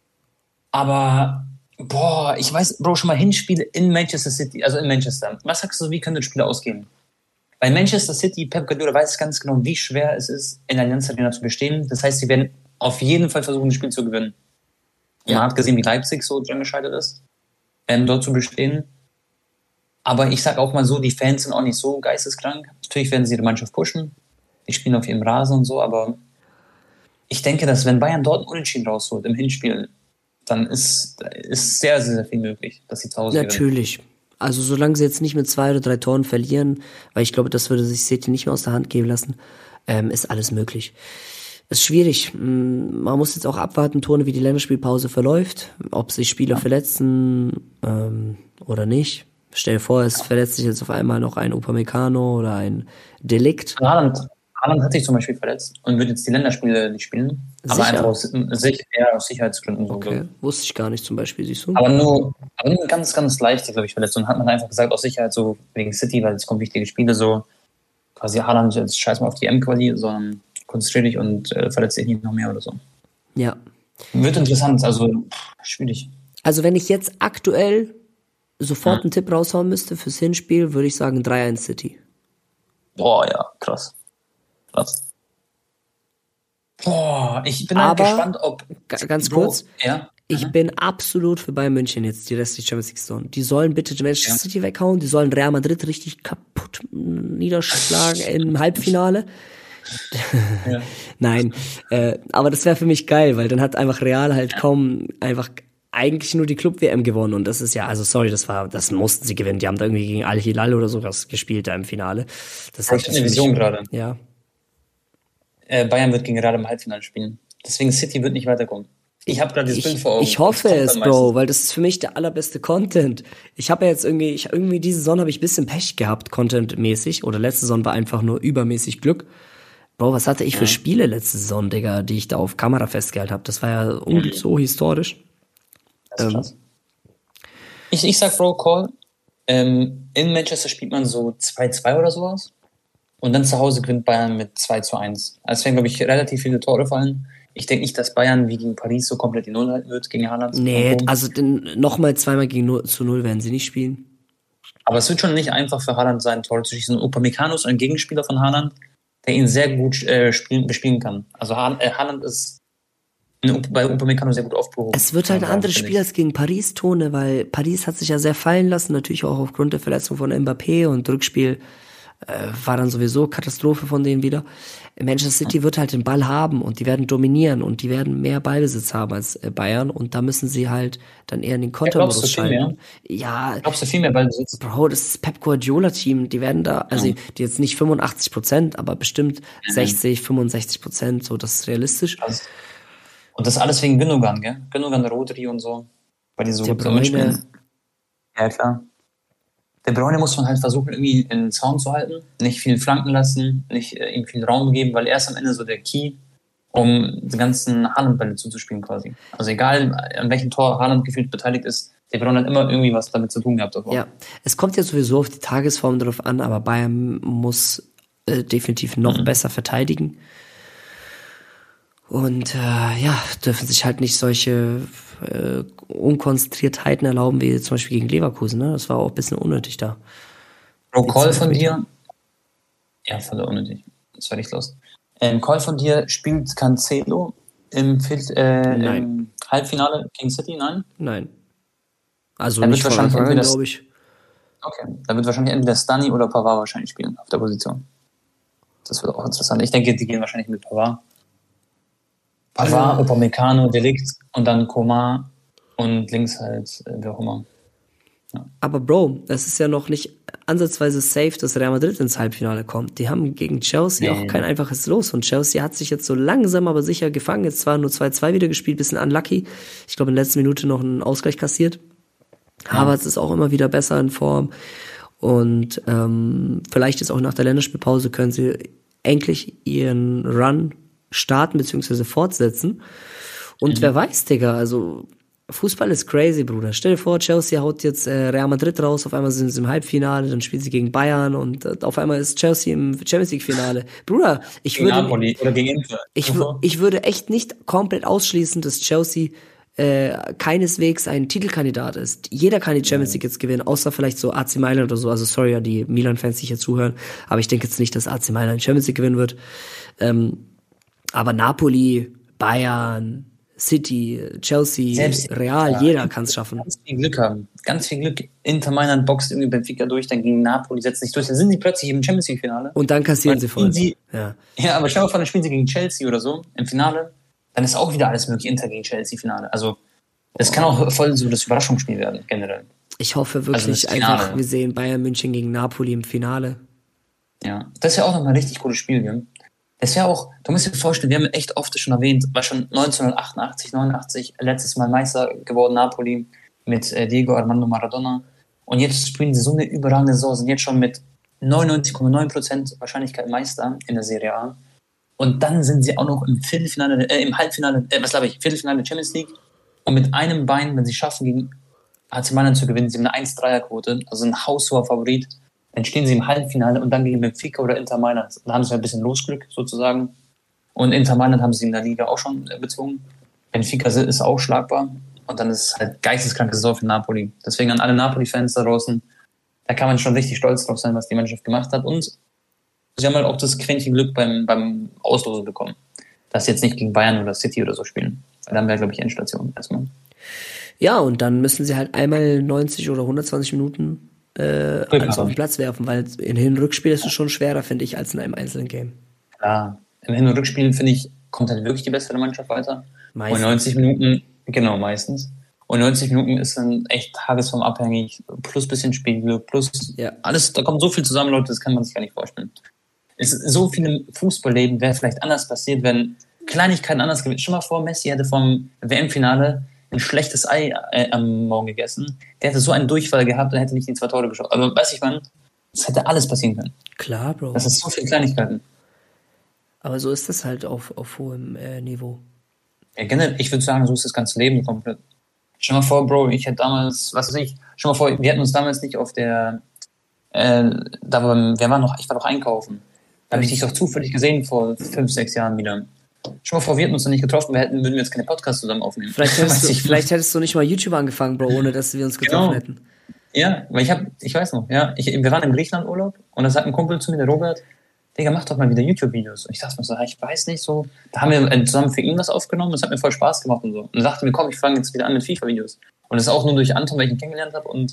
[SPEAKER 2] Aber boah, ich weiß, Bro, schon mal Hinspiele in Manchester City, also in Manchester. Was sagst du, wie können das Spiel ausgehen? Bei Manchester City, Pep Guardiola weiß ganz genau, wie schwer es ist, in der Allianz Arena zu bestehen. Das heißt, sie werden auf jeden Fall versuchen, das Spiel zu gewinnen. Ja. Man hat gesehen, wie Leipzig so dran gescheitert ist, ähm, dort zu bestehen. Aber ich sag auch mal so, die Fans sind auch nicht so geisteskrank. Natürlich werden sie ihre Mannschaft pushen. Die spielen auf ihrem Rasen und so, aber ich denke, dass wenn Bayern dort einen Unentschieden rausholt im Hinspiel, dann ist, ist sehr, sehr, sehr viel möglich, dass sie zu Hause
[SPEAKER 1] Natürlich. Gewinnen. Also solange sie jetzt nicht mit zwei oder drei Toren verlieren, weil ich glaube, das würde sich City nicht mehr aus der Hand geben lassen, ähm, ist alles möglich. Ist schwierig. Man muss jetzt auch abwarten, Tone, wie die Länderspielpause verläuft, ob sich Spieler ja. verletzen ähm, oder nicht. Stell dir vor, es ja. verletzt sich jetzt auf einmal noch ein Upamecano oder ein Delikt.
[SPEAKER 2] Haaland, Haaland hat sich zum Beispiel verletzt und wird jetzt die Länderspiele nicht spielen. Aber
[SPEAKER 1] Sicher?
[SPEAKER 2] einfach aus, sich, eher aus Sicherheitsgründen. So,
[SPEAKER 1] Okay, wusste ich gar nicht zum Beispiel, siehst du?
[SPEAKER 2] aber nur, aber nur eine ganz, ganz leichte, glaube ich, Verletzung. Hat man einfach gesagt, aus Sicherheit so wegen City, weil es kommen wichtige Spiele, so quasi Haaland, jetzt scheiß mal auf die M-Quali, sondern konzentrier dich und äh, verletzt dich nicht noch mehr oder so.
[SPEAKER 1] Ja.
[SPEAKER 2] Wird interessant, also schwierig.
[SPEAKER 1] Also wenn ich jetzt aktuell sofort
[SPEAKER 2] Ja.
[SPEAKER 1] einen Tipp raushauen müsste fürs Hinspiel, würde ich sagen drei eins City.
[SPEAKER 2] Boah, ja, krass. Krass. Boah, ich bin halt
[SPEAKER 1] Aber,
[SPEAKER 2] gespannt, ob...
[SPEAKER 1] Ga- Ganz
[SPEAKER 2] Bro,
[SPEAKER 1] kurz,
[SPEAKER 2] ja?
[SPEAKER 1] ich
[SPEAKER 2] Mhm.
[SPEAKER 1] bin absolut für Bayern München jetzt, die restliche Champions League Saison. Die sollen bitte Manchester
[SPEAKER 2] Ja.
[SPEAKER 1] City weghauen, die sollen Real Madrid richtig kaputt niederschlagen im Halbfinale.
[SPEAKER 2] Ja.
[SPEAKER 1] Nein, äh, aber das wäre für mich geil, weil dann hat einfach Real halt kaum einfach eigentlich nur die Club-W M gewonnen und das ist ja, also sorry, das war, das mussten sie gewinnen. Die haben da irgendwie gegen Al-Hilal oder sowas gespielt da im Finale. Das
[SPEAKER 2] Ich habe eine Vision gerade.
[SPEAKER 1] Ja.
[SPEAKER 2] Äh, Bayern wird gegen Real im Halbfinale spielen. Deswegen City wird nicht weiterkommen. Ich habe gerade das Bild
[SPEAKER 1] Ich,
[SPEAKER 2] vor Augen.
[SPEAKER 1] ich hoffe
[SPEAKER 2] Das kommt
[SPEAKER 1] es,
[SPEAKER 2] dann
[SPEAKER 1] Bro,
[SPEAKER 2] meistens.
[SPEAKER 1] weil das ist für mich der allerbeste Content. Ich habe ja jetzt irgendwie, ich irgendwie diese Saison habe ich ein bisschen Pech gehabt, contentmäßig, oder letzte Saison war einfach nur übermäßig Glück. Bro, was hatte ich für Spiele letzte Saison, Digga, die ich da auf Kamera festgehalten habe? Das war ja un- so historisch.
[SPEAKER 2] Das ist krass. Ich, ich sag, Bro, Call, ähm, in Manchester spielt man so zwei zwei oder sowas. Und dann zu Hause gewinnt Bayern mit zwei zu eins. Also es werden, glaube ich, relativ viele Tore fallen. Ich denke nicht, dass Bayern wie gegen Paris so komplett die Null halten wird, gegen Haaland.
[SPEAKER 1] Nee, also nochmal zweimal gegen null zu null werden sie nicht spielen.
[SPEAKER 2] Aber es wird schon nicht einfach für Haaland sein, Tore zu schießen. Upamecano ist ein Gegenspieler von Haaland, der ihn sehr gut äh, spielen, bespielen kann. Also Ha- äh, Haaland ist in, bei Upamecano sehr gut aufgehoben.
[SPEAKER 1] Es wird halt ein
[SPEAKER 2] Ja,
[SPEAKER 1] anderes
[SPEAKER 2] finde
[SPEAKER 1] Spiel als gegen Paris, Tone, weil Paris hat sich ja sehr fallen lassen, natürlich auch aufgrund der Verletzung von Mbappé und Rückspiel äh, war dann sowieso Katastrophe von denen wieder. Manchester City wird halt den Ball haben und die werden dominieren und die werden mehr Ballbesitz haben als äh, Bayern und da müssen sie halt dann eher in den Kontermodus
[SPEAKER 2] glaubst du viel
[SPEAKER 1] schalten. Ja,
[SPEAKER 2] ich. Glaubst du viel mehr Ballbesitz?
[SPEAKER 1] Bro, das ist Pep Guardiola-Team, die werden da, also die jetzt nicht fünfundachtzig Prozent, aber bestimmt sechzig, fünfundsechzig Prozent, so, das ist realistisch.
[SPEAKER 2] Also, und das alles wegen Gündogan, gell? Gündogan, Rodri und so. Weil die so
[SPEAKER 1] De
[SPEAKER 2] gut
[SPEAKER 1] Bruyne.
[SPEAKER 2] mitspielen. Ja, klar. Der Bruyne muss man halt versuchen, irgendwie in den Zaun zu halten. Nicht viel flanken lassen, nicht äh, ihm viel Raum geben, weil er ist am Ende so der Key, um die ganzen Haaland-Bälle zuzuspielen quasi. Also egal, an welchem Tor Haaland gefühlt beteiligt ist, der Bruyne hat immer irgendwie was damit zu tun gehabt. Davor.
[SPEAKER 1] Ja, es kommt ja sowieso auf die Tagesform drauf an, aber Bayern muss äh, definitiv noch
[SPEAKER 2] Mhm.
[SPEAKER 1] besser verteidigen. Und äh, ja, dürfen sich halt nicht solche äh, Unkonzentriertheiten erlauben, wie zum Beispiel gegen Leverkusen. Ne? Das war auch ein bisschen unnötig da.
[SPEAKER 2] Bro, Call von
[SPEAKER 1] Elfmeter.
[SPEAKER 2] dir. Ja, voll unnötig. Das war nicht los. Ähm, Call von dir, spielt Cancelo im, Viertel- äh,
[SPEAKER 1] Nein.
[SPEAKER 2] im Halbfinale gegen City? Nein?
[SPEAKER 1] Nein. Also
[SPEAKER 2] Dann
[SPEAKER 1] nicht
[SPEAKER 2] wird
[SPEAKER 1] von
[SPEAKER 2] wahrscheinlich
[SPEAKER 1] Anfang an,
[SPEAKER 2] entweder-
[SPEAKER 1] glaube ich.
[SPEAKER 2] Okay. Dann wird wahrscheinlich entweder Stani oder Pavard wahrscheinlich spielen auf der Position. Das wird auch interessant. Ich denke, die gehen wahrscheinlich mit Pavard. Pavard,
[SPEAKER 1] Ja.
[SPEAKER 2] Upamecano, Delict und dann Coman und links halt, äh, wer auch immer.
[SPEAKER 1] Aber Bro, es ist ja noch nicht ansatzweise safe, dass Real Madrid ins Halbfinale kommt. Die haben gegen Chelsea
[SPEAKER 2] Nee.
[SPEAKER 1] auch kein einfaches Los. Und Chelsea hat sich jetzt so langsam aber sicher gefangen. Jetzt zwar nur zwei zwei wieder gespielt, bisschen unlucky. Ich glaube, in der letzten Minute noch einen Ausgleich kassiert. Havertz ist auch immer wieder besser in Form. Und ähm, vielleicht jetzt auch nach der Länderspielpause können sie endlich ihren Run starten bzw. fortsetzen. Und wer weiß, Digga, also Fußball ist crazy, Bruder. Stell dir vor, Chelsea haut jetzt äh, Real Madrid raus, auf einmal sind sie im Halbfinale, dann spielen sie gegen Bayern und äh, auf einmal ist Chelsea im Champions League Finale. Bruder, ich
[SPEAKER 2] Gegen
[SPEAKER 1] würde
[SPEAKER 2] Napoli oder gegen Inter.
[SPEAKER 1] ich, wü- ich würde echt nicht komplett ausschließen, dass Chelsea äh, keineswegs ein Titelkandidat ist. Jeder kann die Champions League jetzt gewinnen, außer vielleicht so A C Mailand oder so. Also sorry an die Milan-Fans, die hier zuhören, aber ich denke jetzt nicht, dass A C Mailand Champions League gewinnen wird. Ähm, aber Napoli, Bayern, City, Chelsea,
[SPEAKER 2] Selbst-
[SPEAKER 1] Real,
[SPEAKER 2] ja,
[SPEAKER 1] jeder kann es schaffen.
[SPEAKER 2] Ganz viel Glück haben. Ganz viel Glück. Inter Mailand boxt irgendwie Benfica durch, dann gegen Napoli setzt sich durch. Dann sind sie plötzlich im Champions League Finale.
[SPEAKER 1] Und dann kassieren
[SPEAKER 2] Und
[SPEAKER 1] sie voll.
[SPEAKER 2] sie-
[SPEAKER 1] Ja.
[SPEAKER 2] Ja, aber stell dir mal vor, dann spielen sie gegen Chelsea oder so im Finale. Dann ist auch wieder alles möglich. Inter gegen Chelsea Finale. Also, das kann auch voll so das Überraschungsspiel werden, generell.
[SPEAKER 1] Ich hoffe
[SPEAKER 2] Also
[SPEAKER 1] wirklich
[SPEAKER 2] das Finale.
[SPEAKER 1] einfach, wir sehen Bayern München gegen Napoli im Finale.
[SPEAKER 2] Ja. Das ist ja auch nochmal ein richtig cooles Spiel, gell? Das ist ja auch, du musst dir vorstellen, wir haben echt oft schon erwähnt, war schon neunzehnhundertachtundachtzig, neunundachtzig, letztes Mal Meister geworden, Napoli, mit äh, Diego Armando Maradona. Und jetzt spielen sie so eine überragende Saison, sind jetzt schon mit neunundneunzig Komma neun Prozent Wahrscheinlichkeit Meister in der Serie A. Und dann sind sie auch noch im Viertelfinale, äh, im Halbfinale, äh, was glaube ich, Viertelfinale der Champions League. Und mit einem Bein, wenn sie schaffen, gegen A C Mailand zu gewinnen, sie haben eine eins Komma drei er-Quote, also ein haushoher Favorit, dann stehen sie im Halbfinale und dann gegen Benfica oder Inter Mailand. Da haben sie ein bisschen Losglück sozusagen. Und Inter Mailand haben sie in der Liga auch schon äh, bezwungen. Benfica ist auch schlagbar. Und dann ist es halt geisteskranke Saison für Napoli. Deswegen an alle Napoli-Fans da draußen, da kann man schon richtig stolz drauf sein, was die Mannschaft gemacht hat. Und sie haben halt auch das Quäntchen Glück beim, beim Auslosen bekommen, dass sie jetzt nicht gegen Bayern oder City oder so spielen. Weil dann wäre, glaube ich, Endstation erstmal.
[SPEAKER 1] Ja, und dann müssen sie halt einmal neunzig oder hundertzwanzig Minuten äh, alles auf den Platz werfen, weil in Hin- und Rückspiel ist es schon schwerer, finde ich, als in einem einzelnen Game.
[SPEAKER 2] Klar, im Hin- und Rückspiel, finde ich, kommt halt wirklich die bessere Mannschaft weiter. Meistens. Und neunzig Minuten, genau, meistens. Und neunzig Minuten ist dann echt tagesformabhängig, plus bisschen Spielglück, plus ja. alles, da kommt so viel zusammen, Leute, das kann man sich gar nicht vorstellen. Es ist so viel im Fußballleben wäre vielleicht anders passiert, wenn Kleinigkeiten anders gewesen. Schon mal vor, Messi hätte vom W M-Finale ein schlechtes Ei äh, am Morgen gegessen. Der hätte so einen Durchfall gehabt und hätte nicht die zwei Tore geschossen. Aber weiß ich man, es hätte alles passieren können.
[SPEAKER 1] Klar, Bro.
[SPEAKER 2] Das ist so viele Kleinigkeiten.
[SPEAKER 1] Aber so ist das halt auf, auf hohem äh, Niveau.
[SPEAKER 2] Ja, generell, ich würde sagen, so ist das ganze Leben komplett. Stell mal vor, Bro, ich hätte damals, was weiß ich, stell mal vor, wir hätten uns damals nicht auf der, äh, da war, wir waren noch, ich war doch einkaufen. Da habe ich dich doch zufällig gesehen vor fünf, sechs Jahren wieder. Stell mal vor, wir hätten uns noch nicht getroffen, wir hätten, würden wir jetzt keine Podcasts zusammen aufnehmen.
[SPEAKER 1] Vielleicht hättest, du, vielleicht hättest du nicht mal YouTube angefangen, Bro, ohne dass wir uns getroffen
[SPEAKER 2] genau.
[SPEAKER 1] hätten.
[SPEAKER 2] Ja, weil ich hab, ich weiß noch, ja, ich, wir waren im Griechenland-Urlaub und da sagt ein Kumpel zu mir, der Robert, Digga, mach doch mal wieder YouTube-Videos. Und ich dachte mir so, ich weiß nicht so, da haben wir zusammen für ihn was aufgenommen, das hat mir voll Spaß gemacht und so. Und dann dachte mir, komm, ich fange jetzt wieder an mit FIFA-Videos. Und das ist auch nur durch Anton, weil ich ihn kennengelernt habe und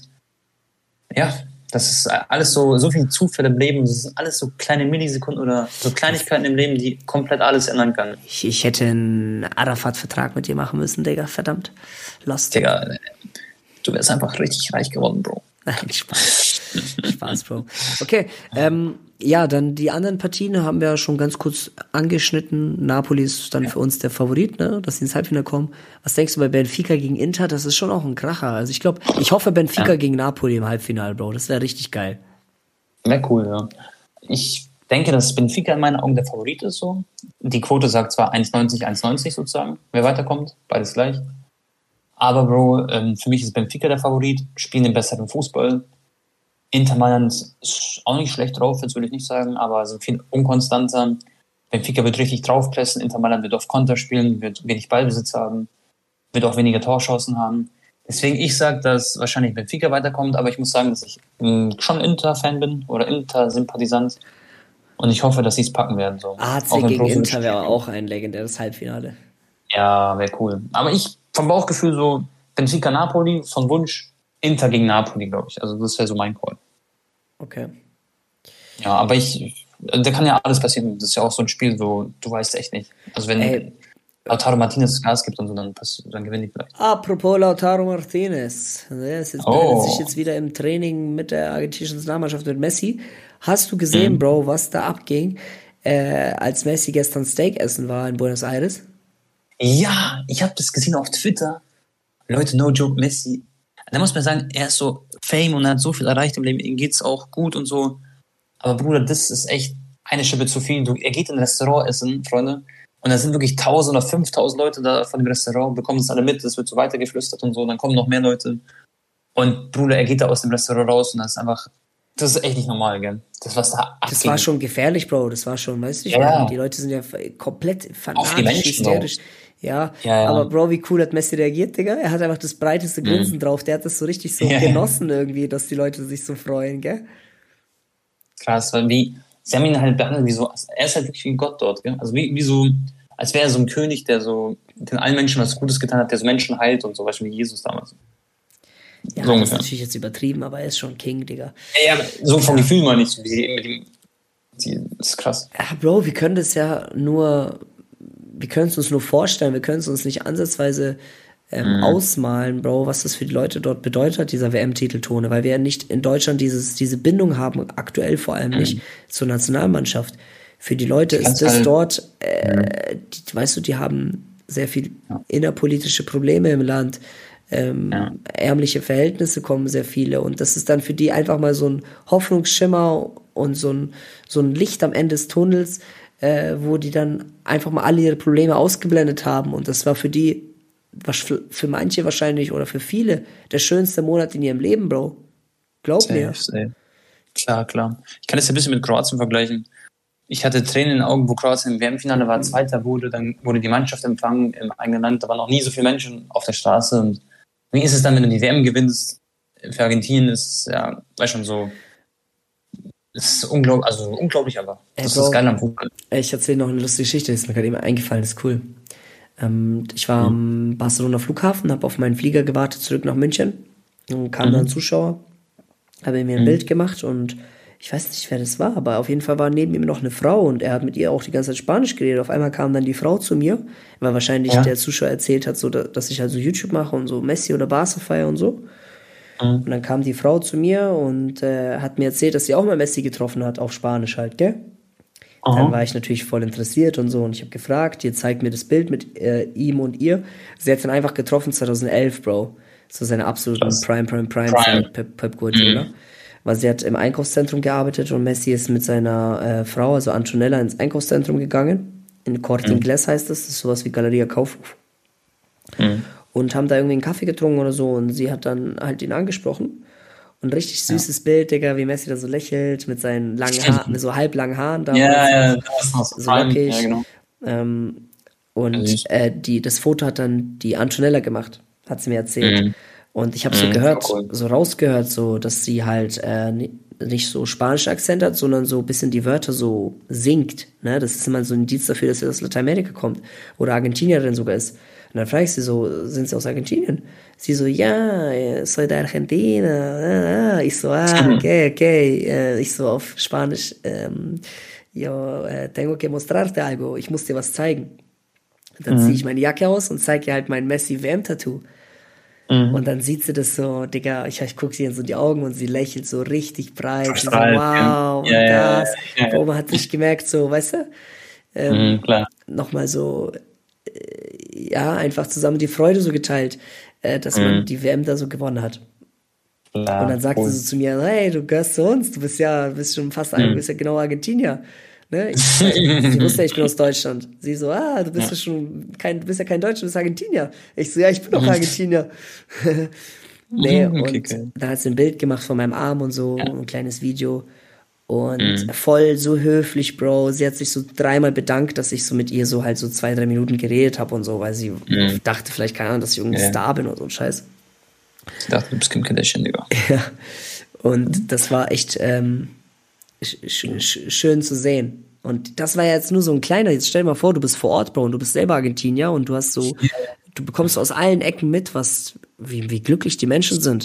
[SPEAKER 2] ja, das ist alles so, so viele Zufälle im Leben, das sind alles so kleine Millisekunden oder so Kleinigkeiten im Leben, die komplett alles ändern können.
[SPEAKER 1] Ich, ich hätte einen Arafat-Vertrag mit dir machen müssen, Digga, verdammt. Lost.
[SPEAKER 2] Digga, du wärst einfach richtig reich geworden, Bro.
[SPEAKER 1] Nein, Spaß. Spaß, Bro. Okay, ähm, ja, dann die anderen Partien haben wir ja schon ganz kurz angeschnitten. Napoli ist dann ja. für uns der Favorit, ne, dass sie ins Halbfinale kommen. Was denkst du bei Benfica gegen Inter? Das ist schon auch ein Kracher. Also ich glaube, ich hoffe Benfica ja. gegen Napoli im Halbfinale, Bro. Das wäre richtig geil.
[SPEAKER 2] Wäre cool, ja. Ich denke, dass Benfica in meinen Augen der Favorit ist, so. Die Quote sagt zwar eins neunzig, eins neunzig sozusagen, wer weiterkommt, beides gleich. Aber, Bro, ähm, für mich ist Benfica der Favorit, spielen den besseren Fußball. Inter Mailand ist auch nicht schlecht drauf, jetzt würde ich nicht sagen, aber sind viel unkonstanter. Benfica wird richtig draufpressen, Inter Mailand wird auf Konter spielen, wird wenig Ballbesitz haben, wird auch weniger Torchancen haben. Deswegen, ich sage, dass wahrscheinlich Benfica weiterkommt, aber ich muss sagen, dass ich mh, schon Inter-Fan bin oder Inter-Sympathisant und ich hoffe, dass sie es packen werden. So.
[SPEAKER 1] A C gegen Inter wäre auch ein legendäres Halbfinale.
[SPEAKER 2] Ja, wäre cool. Aber ich, vom Bauchgefühl so, Benfica-Napoli, von Wunsch, Inter gegen Napoli, glaube ich. Also das wäre so mein Call.
[SPEAKER 1] Okay.
[SPEAKER 2] Ja, aber ich, da kann ja alles passieren. Das ist ja auch so ein Spiel, so, du weißt echt nicht. Also wenn Ey. Lautaro Martinez Gas gibt und so, dann, dann gewinne ich vielleicht.
[SPEAKER 1] Apropos Lautaro Martinez. Der ist jetzt, oh. sich jetzt wieder im Training mit der argentinischen Nationalmannschaft mit Messi. Hast du gesehen, mhm. Bro, was da abging, äh, als Messi gestern Steak essen war in Buenos Aires?
[SPEAKER 2] Ja, ich habe das gesehen auf Twitter. Leute, no joke, Messi. Da muss man sagen, er ist so Fame und hat so viel erreicht im Leben, ihm geht's auch gut und so. Aber Bruder, das ist echt eine Schippe zu viel. Du, er geht in ein Restaurant essen, Freunde, und da sind wirklich tausend oder fünftausend Leute da von dem Restaurant, bekommen es alle mit, das wird so weitergeflüstert und so, dann kommen noch mehr Leute. Und Bruder, er geht da aus dem Restaurant raus und das ist einfach, das ist echt nicht normal, gell? Das, was da abging.
[SPEAKER 1] Das war schon gefährlich, Bro, das war schon, weißt du, ich
[SPEAKER 2] ja.
[SPEAKER 1] meine, die Leute sind ja komplett fanatisch, hysterisch. Ja, ja, ja, aber Bro, wie cool hat Messi reagiert, Digga? Er hat einfach das breiteste Grinsen mhm. drauf. Der hat das so richtig so ja, genossen ja. irgendwie, dass die Leute sich so freuen, gell?
[SPEAKER 2] Krass, weil wie, sie haben ihn halt behandelt wie so, er ist halt wirklich wie ein Gott dort, gell? Also wie, wie so, als wäre er so ein König, der so den allen Menschen was Gutes getan hat, der so Menschen heilt und so, weißt du, wie Jesus damals.
[SPEAKER 1] Ja, so das ist natürlich jetzt übertrieben, aber er ist schon King, Digga.
[SPEAKER 2] Ja, ja so vom ja. Gefühl mal nicht, so wie sie mit ihm, das ist krass.
[SPEAKER 1] Ja, Bro, wir können das ja nur... Wir können es uns nur vorstellen, wir können es uns nicht ansatzweise ähm, mhm. ausmalen, Bro, was das für die Leute dort bedeutet, dieser W M-Titeltone, weil wir ja nicht in Deutschland dieses, diese Bindung haben, aktuell vor allem mhm. nicht, zur Nationalmannschaft. Für die Leute ist das halt dort, äh, die, weißt du, die haben sehr viel ja. innerpolitische Probleme im Land, ähm,
[SPEAKER 2] Ja.
[SPEAKER 1] ärmliche Verhältnisse kommen sehr viele und das ist dann für die einfach mal so ein Hoffnungsschimmer und so ein, so ein Licht am Ende des Tunnels, äh, wo die dann einfach mal alle ihre Probleme ausgeblendet haben und das war für die, was für, für manche wahrscheinlich oder für viele, der schönste Monat in ihrem Leben, Bro. Glaub
[SPEAKER 2] Safe,
[SPEAKER 1] mir.
[SPEAKER 2] safe. Klar, klar. Ich kann das ja ein bisschen mit Kroatien vergleichen. Ich hatte Tränen in den Augen, wo Kroatien im W M-Finale war, Zweiter wurde, dann wurde die Mannschaft empfangen im eigenen Land, da waren noch nie so viele Menschen auf der Straße und wie ist es dann, wenn du die W M gewinnst? Für Argentinien ist es, ja, weiß schon so, es ist unglaublich, also unglaublich, aber
[SPEAKER 1] Ey,
[SPEAKER 2] das ist
[SPEAKER 1] Bro,
[SPEAKER 2] das Geile am Fußball.
[SPEAKER 1] ich erzähle noch eine lustige Geschichte, die ist mir gerade eben eingefallen, ist cool. Ähm, ich war am Barcelona Flughafen, habe auf meinen Flieger gewartet, zurück nach München. Dann kam
[SPEAKER 2] Mhm.
[SPEAKER 1] da ein Zuschauer, habe mir ein
[SPEAKER 2] Mhm.
[SPEAKER 1] Bild gemacht und ich weiß nicht, wer das war, aber auf jeden Fall war neben ihm noch eine Frau und er hat mit ihr auch die ganze Zeit Spanisch geredet. Auf einmal kam dann die Frau zu mir, weil wahrscheinlich
[SPEAKER 2] Ja.
[SPEAKER 1] der Zuschauer erzählt hat, so, da- dass ich halt so YouTube mache und so Messi oder Barca feiere und so.
[SPEAKER 2] Mhm.
[SPEAKER 1] Und dann kam die Frau zu mir und äh, hat mir erzählt, dass sie auch mal Messi getroffen hat, auf Spanisch halt, gell? Dann
[SPEAKER 2] Aha.
[SPEAKER 1] war ich natürlich voll interessiert und so und ich habe gefragt, ihr zeigt mir das Bild mit äh, ihm und ihr. Sie hat ihn einfach getroffen zweitausendelf, Bro. So seine absoluten
[SPEAKER 2] Krass.
[SPEAKER 1] Prime, Prime, Prime
[SPEAKER 2] Prime.
[SPEAKER 1] Zeit, Pep, Pep Guardiola. Weil sie hat im Einkaufszentrum gearbeitet und Messi ist mit seiner äh, Frau, also Antonella, ins Einkaufszentrum gegangen. In Corte Inglés heißt das, das ist sowas wie Galeria Kaufhof.
[SPEAKER 2] Mhm.
[SPEAKER 1] Und haben da irgendwie einen Kaffee getrunken oder so und sie hat dann halt ihn angesprochen. Und richtig süßes Bild, Digga, wie Messi da so lächelt mit seinen langen Haaren, mit so halblangen Haaren damals.
[SPEAKER 2] Ja, ja, das ist noch so
[SPEAKER 1] so
[SPEAKER 2] Prime.
[SPEAKER 1] lockig.
[SPEAKER 2] Ja, genau.
[SPEAKER 1] Ähm,
[SPEAKER 2] Ja,
[SPEAKER 1] und
[SPEAKER 2] süß.
[SPEAKER 1] äh, die, das Foto hat dann die Antonella gemacht, hat sie mir erzählt.
[SPEAKER 2] Mhm.
[SPEAKER 1] Und ich habe so
[SPEAKER 2] Mhm,
[SPEAKER 1] gehört,
[SPEAKER 2] voll cool.
[SPEAKER 1] so rausgehört, so, dass sie halt äh, ni- nicht so spanischen Akzent hat, sondern so ein bisschen die Wörter so singt. Ne? Das ist immer so ein Indiz dafür, dass sie aus Lateinamerika kommt. Oder Argentinierin sogar ist. Und dann frage ich sie so, sind sie aus Argentinien? Sie so, ja, eh, soy de Argentina. Ah, ah. Ich so, ah, okay, okay. Äh, Ich so auf Spanisch, ähm, yo, äh, tengo que mostrarte algo. Ich muss dir was zeigen. Dann ziehe ich meine Jacke aus und zeige ihr halt mein Messi-W M-Tattoo.
[SPEAKER 2] Mhm.
[SPEAKER 1] Und dann sieht sie das so, Digga, ich, ich gucke sie in so die Augen und sie lächelt so richtig breit. Sie so,
[SPEAKER 2] Verstrahlt,
[SPEAKER 1] wow,
[SPEAKER 2] ja.
[SPEAKER 1] und
[SPEAKER 2] Ja, ja,
[SPEAKER 1] das.
[SPEAKER 2] ja, ja.
[SPEAKER 1] Bro, man hat sich gemerkt, so, weißt du,
[SPEAKER 2] Mhm, klar.
[SPEAKER 1] nochmal so, äh, ja, einfach zusammen die Freude so geteilt, äh, dass man
[SPEAKER 2] Mhm.
[SPEAKER 1] die W M da so gewonnen hat.
[SPEAKER 2] Klar,
[SPEAKER 1] Und dann sagte
[SPEAKER 2] cool.
[SPEAKER 1] sie so zu mir, hey, du gehörst zu uns, du bist ja, du bist schon fast, ein, du bist ja genau Argentinier. Ne? Ich, sie wusste ja, ich bin aus Deutschland. Sie so, ah, du bist ja,
[SPEAKER 2] Ja.
[SPEAKER 1] schon kein, du bist ja kein Deutscher, du bist Argentinier. Ich so, ja, ich bin auch Argentinier. Nee,
[SPEAKER 2] Mhm, okay,
[SPEAKER 1] und
[SPEAKER 2] okay.
[SPEAKER 1] dann hat sie ein Bild gemacht von meinem Arm und so,
[SPEAKER 2] Ja.
[SPEAKER 1] ein kleines Video. Und
[SPEAKER 2] Mhm.
[SPEAKER 1] voll so höflich, Bro. Sie hat sich so dreimal bedankt, dass ich so mit ihr so halt so zwei, drei Minuten geredet habe und so, weil sie
[SPEAKER 2] Mhm.
[SPEAKER 1] dachte vielleicht, keine Ahnung, dass ich irgendein
[SPEAKER 2] Ja.
[SPEAKER 1] Star bin oder so ein Scheiß.
[SPEAKER 2] Ich dachte, du bist Kim Kardashian, Digga.
[SPEAKER 1] Ja. Und das war echt ähm, sch sch sch schön zu sehen. Und das war ja jetzt nur so ein kleiner, jetzt stell dir mal vor, du bist vor Ort, Bro, und du bist selber Argentinier und du hast so, du bekommst aus allen Ecken mit, was, wie, wie glücklich die Menschen sind.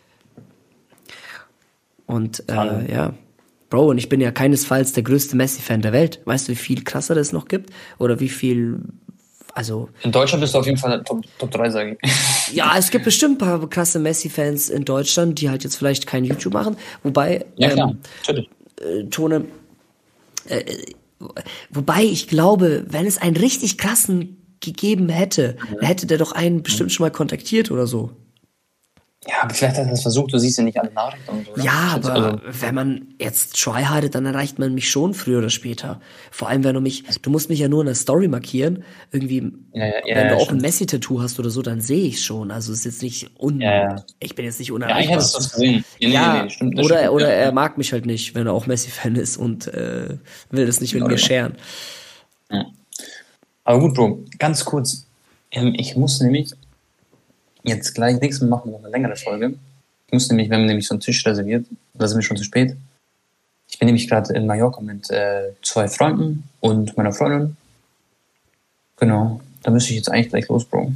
[SPEAKER 1] Und äh, ja, Bro, und ich bin ja keinesfalls der größte Messi-Fan der Welt. Weißt du, wie viel krasser das noch gibt? Oder wie viel, also,
[SPEAKER 2] In Deutschland bist du auf jeden Fall Top, Top drei, sage ich.
[SPEAKER 1] ja, es gibt bestimmt ein paar krasse Messi-Fans in Deutschland, die halt jetzt vielleicht kein YouTube machen. Wobei,
[SPEAKER 2] Ja, klar,
[SPEAKER 1] ähm,
[SPEAKER 2] natürlich.
[SPEAKER 1] äh, Tone, äh, wobei ich glaube, wenn es einen richtig krassen gegeben hätte, dann hätte der doch einen bestimmt schon mal kontaktiert oder so.
[SPEAKER 2] Ja, aber vielleicht hat er das versucht, du siehst ja nicht alle Nachrichten und so. Oder?
[SPEAKER 1] Ja,
[SPEAKER 2] Schätze,
[SPEAKER 1] aber
[SPEAKER 2] also,
[SPEAKER 1] wenn man jetzt tryhardet, dann erreicht man mich schon früher oder später. Vor allem, wenn du mich, du musst mich ja nur in der Story markieren. Irgendwie,
[SPEAKER 2] Ja, ja, ja,
[SPEAKER 1] wenn du
[SPEAKER 2] ja,
[SPEAKER 1] auch
[SPEAKER 2] stimmt.
[SPEAKER 1] ein Messi-Tattoo hast oder so, dann sehe ich schon. Also es ist jetzt nicht un,
[SPEAKER 2] Ja, ja.
[SPEAKER 1] ich bin jetzt nicht
[SPEAKER 2] ja, eigentlich
[SPEAKER 1] unerreichbar.
[SPEAKER 2] hättest du das gesehen. Ja, nee,
[SPEAKER 1] Ja,
[SPEAKER 2] nee, nee, stimmt, das
[SPEAKER 1] oder,
[SPEAKER 2] stimmt,
[SPEAKER 1] oder
[SPEAKER 2] ja,
[SPEAKER 1] er
[SPEAKER 2] ja.
[SPEAKER 1] mag mich halt nicht, wenn er auch Messi-Fan ist und äh, will das nicht mit
[SPEAKER 2] Ja,
[SPEAKER 1] mir
[SPEAKER 2] oder?
[SPEAKER 1] scheren.
[SPEAKER 2] Ja. Aber gut, Bro, ganz kurz. Ähm, ich muss nämlich jetzt gleich nichts mehr machen, noch eine längere Folge. Ich muss nämlich, wir haben nämlich so einen Tisch reserviert, da sind wir schon zu spät. Ich bin nämlich gerade in Mallorca mit äh, zwei Freunden und meiner Freundin. Genau, da müsste ich jetzt eigentlich gleich los, Bro.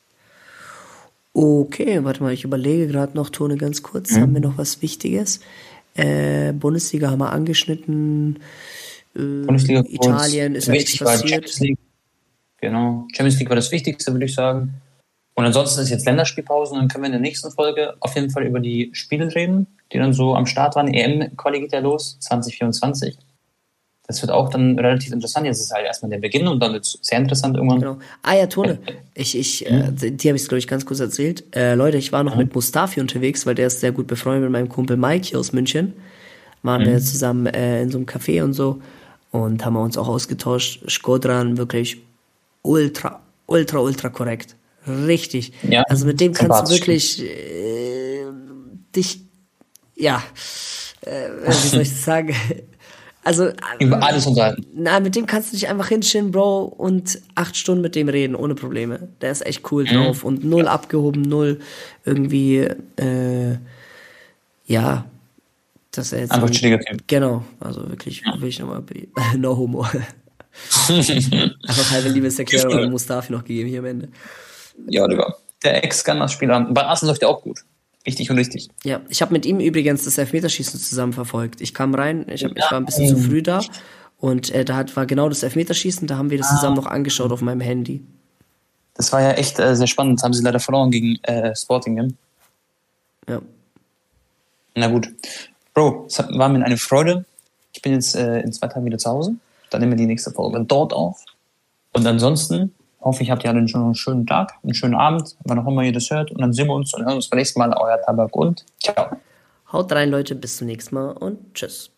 [SPEAKER 1] Okay, warte mal, ich überlege gerade noch, Tone, ganz kurz.
[SPEAKER 2] Mhm.
[SPEAKER 1] Haben wir noch was Wichtiges? Äh, Bundesliga haben wir angeschnitten. Äh,
[SPEAKER 2] Bundesliga kurz.
[SPEAKER 1] Italien ist ja nichts
[SPEAKER 2] Wichtig war die
[SPEAKER 1] passiert.
[SPEAKER 2] Champions League. Genau, Champions League war das Wichtigste, würde ich sagen. Und ansonsten ist jetzt Länderspielpause und dann können wir in der nächsten Folge auf jeden Fall über die Spiele reden, die dann so am Start waren. E M-Quali geht ja los, zwanzig vierundzwanzig. das wird auch dann relativ interessant. Jetzt ist halt erstmal der Beginn und dann wird es sehr interessant irgendwann.
[SPEAKER 1] Genau. Ah ja, Tone, ich, ich, äh, die habe ich glaube ich ganz kurz erzählt. Äh, Leute, ich war noch mhm. mit Mustafi unterwegs, weil der ist sehr gut befreundet mit meinem Kumpel Mike hier aus München. Waren mhm. wir zusammen äh, in so einem Café und so und haben wir uns auch ausgetauscht. Skodran, wirklich ultra, ultra, ultra korrekt. Richtig. Ja, also mit dem kannst du wirklich äh, dich, ja, äh, wie soll ich das sagen? Also,
[SPEAKER 2] über alles unterhalten.
[SPEAKER 1] Na, mit dem kannst du dich einfach hinstellen, Bro, und acht Stunden mit dem reden, ohne Probleme. Der ist echt cool drauf mhm. und null abgehoben, null irgendwie, äh, ja, dass er jetzt.
[SPEAKER 2] Einfach chilliger Typ.
[SPEAKER 1] Genau, also wirklich, ja. will ich nochmal, no homo. Einfach halbe Liebeserklärung an Mustafi noch gegeben hier am Ende.
[SPEAKER 2] Ja, Digga. Der Ex-Gunners-Spieler. Bei Arsenal läuft der auch gut. Richtig und richtig.
[SPEAKER 1] Ja, ich habe mit ihm übrigens das Elfmeterschießen zusammen verfolgt. Ich kam rein, ich, hab, ich war ein bisschen zu früh da und äh, da hat, war genau das Elfmeterschießen, da haben wir das zusammen noch angeschaut auf meinem Handy.
[SPEAKER 2] Das war ja echt äh, sehr spannend. Das haben sie leider verloren gegen äh, Sporting.
[SPEAKER 1] Ja.
[SPEAKER 2] Na gut. Bro, es war mir eine Freude. Ich bin jetzt äh, in zwei Tagen wieder zu Hause. Dann nehmen wir die nächste Folge dort auf. Und ansonsten hoffe ich, habt ihr alle einen schönen Tag, einen schönen Abend, wann auch immer ihr das hört. Und dann sehen wir uns und hören uns beim nächsten Mal. Euer Tabak und ciao.
[SPEAKER 1] Haut rein, Leute. Bis zum nächsten Mal und tschüss.